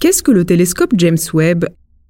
Qu'est-ce que le télescope James Webb ?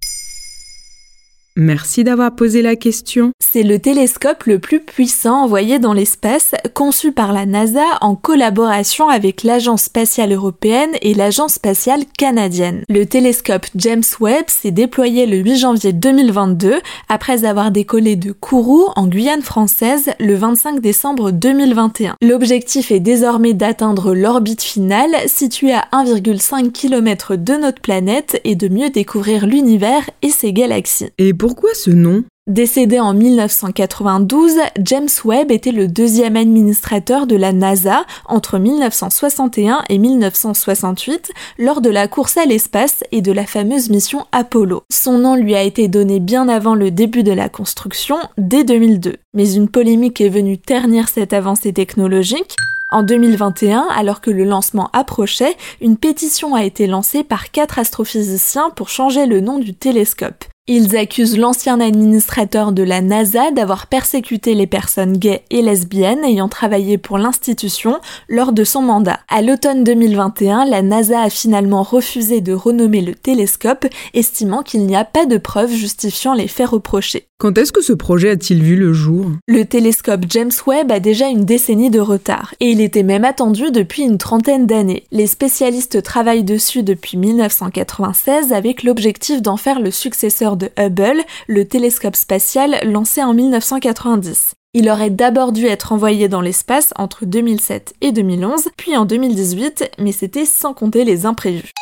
Merci d'avoir posé la question. C'est le télescope le plus puissant envoyé dans l'espace, conçu par la NASA en collaboration avec l'Agence spatiale européenne et l'Agence spatiale canadienne. Le télescope James Webb s'est déployé le 8 janvier 2022, après avoir décollé de Kourou, en Guyane française, le 25 décembre 2021. L'objectif est désormais d'atteindre l'orbite finale, située à 1,5 km de notre planète, et de mieux découvrir l'univers et ses galaxies. Et pourquoi ce nom ? Décédé en 1992, James Webb était le deuxième administrateur de la NASA entre 1961 et 1968 lors de la course à l'espace et de la fameuse mission Apollo. Son nom lui a été donné bien avant le début de la construction, dès 2002. Mais une polémique est venue ternir cette avancée technologique. En 2021, alors que le lancement approchait, une pétition a été lancée par 4 astrophysiciens pour changer le nom du télescope. Ils accusent l'ancien administrateur de la NASA d'avoir persécuté les personnes gays et lesbiennes ayant travaillé pour l'institution lors de son mandat. À l'automne 2021, la NASA a finalement refusé de renommer le télescope, estimant qu'il n'y a pas de preuves justifiant les faits reprochés. Quand est-ce que ce projet a-t-il vu le jour ? Le télescope James Webb a déjà une décennie de retard, et il était même attendu depuis une trentaine d'années. Les spécialistes travaillent dessus depuis 1996 avec l'objectif d'en faire le successeur de Hubble, le télescope spatial lancé en 1990. Il aurait d'abord dû être envoyé dans l'espace entre 2007 et 2011, puis en 2018, mais c'était sans compter les imprévus.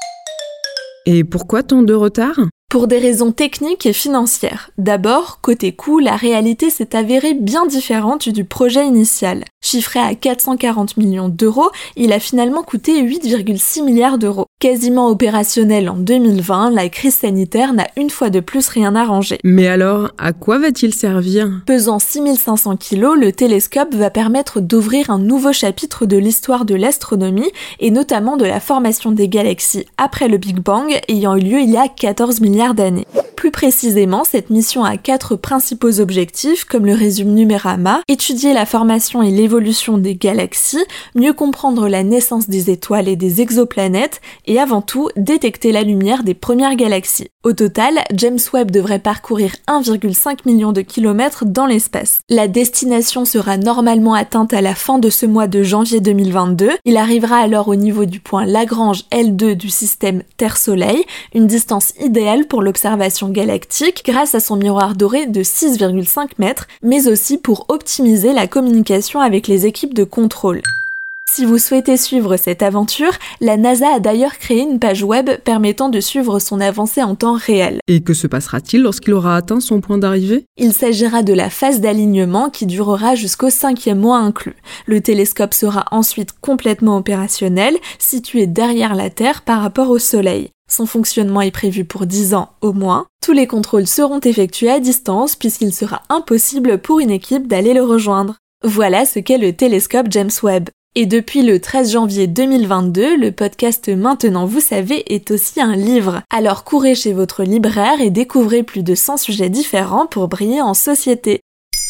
Et pourquoi tant de retard ? Pour des raisons techniques et financières. D'abord, côté coût, la réalité s'est avérée bien différente du projet initial. Chiffré à 440 millions d'euros, il a finalement coûté 8,6 milliards d'euros. Quasiment opérationnel en 2020, la crise sanitaire n'a une fois de plus rien arrangé. Mais alors, à quoi va-t-il servir ? Pesant 6500 kg, le télescope va permettre d'ouvrir un nouveau chapitre de l'histoire de l'astronomie et notamment de la formation des galaxies après le Big Bang ayant eu lieu il y a 14 milliards d'années. Plus précisément, cette mission a 4 principaux objectifs, comme le résume Numérama: étudier la formation et l'évolution des galaxies, mieux comprendre la naissance des étoiles et des exoplanètes, et avant tout, détecter la lumière des premières galaxies. Au total, James Webb devrait parcourir 1,5 million de kilomètres dans l'espace. La destination sera normalement atteinte à la fin de ce mois de janvier 2022. Il arrivera alors au niveau du point Lagrange L2 du système Terre-Soleil, une distance idéale pour l'observation galactique grâce à son miroir doré de 6,5 mètres, mais aussi pour optimiser la communication avec les équipes de contrôle. Si vous souhaitez suivre cette aventure, la NASA a d'ailleurs créé une page web permettant de suivre son avancée en temps réel. Et que se passera-t-il lorsqu'il aura atteint son point d'arrivée ? Il s'agira de la phase d'alignement qui durera jusqu'au 5e mois inclus. Le télescope sera ensuite complètement opérationnel, situé derrière la Terre par rapport au Soleil. Son fonctionnement est prévu pour 10 ans au moins. Tous les contrôles seront effectués à distance puisqu'il sera impossible pour une équipe d'aller le rejoindre. Voilà ce qu'est le télescope James Webb. Et depuis le 13 janvier 2022, le podcast Maintenant vous savez est aussi un livre. Alors courez chez votre libraire et découvrez plus de 100 sujets différents pour briller en société.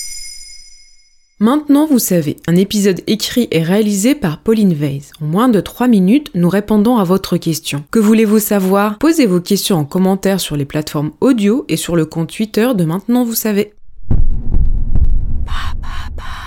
Maintenant vous savez, un épisode écrit et réalisé par Pauline Weiss. En moins de 3 minutes, nous répondons à votre question. Que voulez-vous savoir ? Posez vos questions en commentaire sur les plateformes audio et sur le compte Twitter de Maintenant vous savez.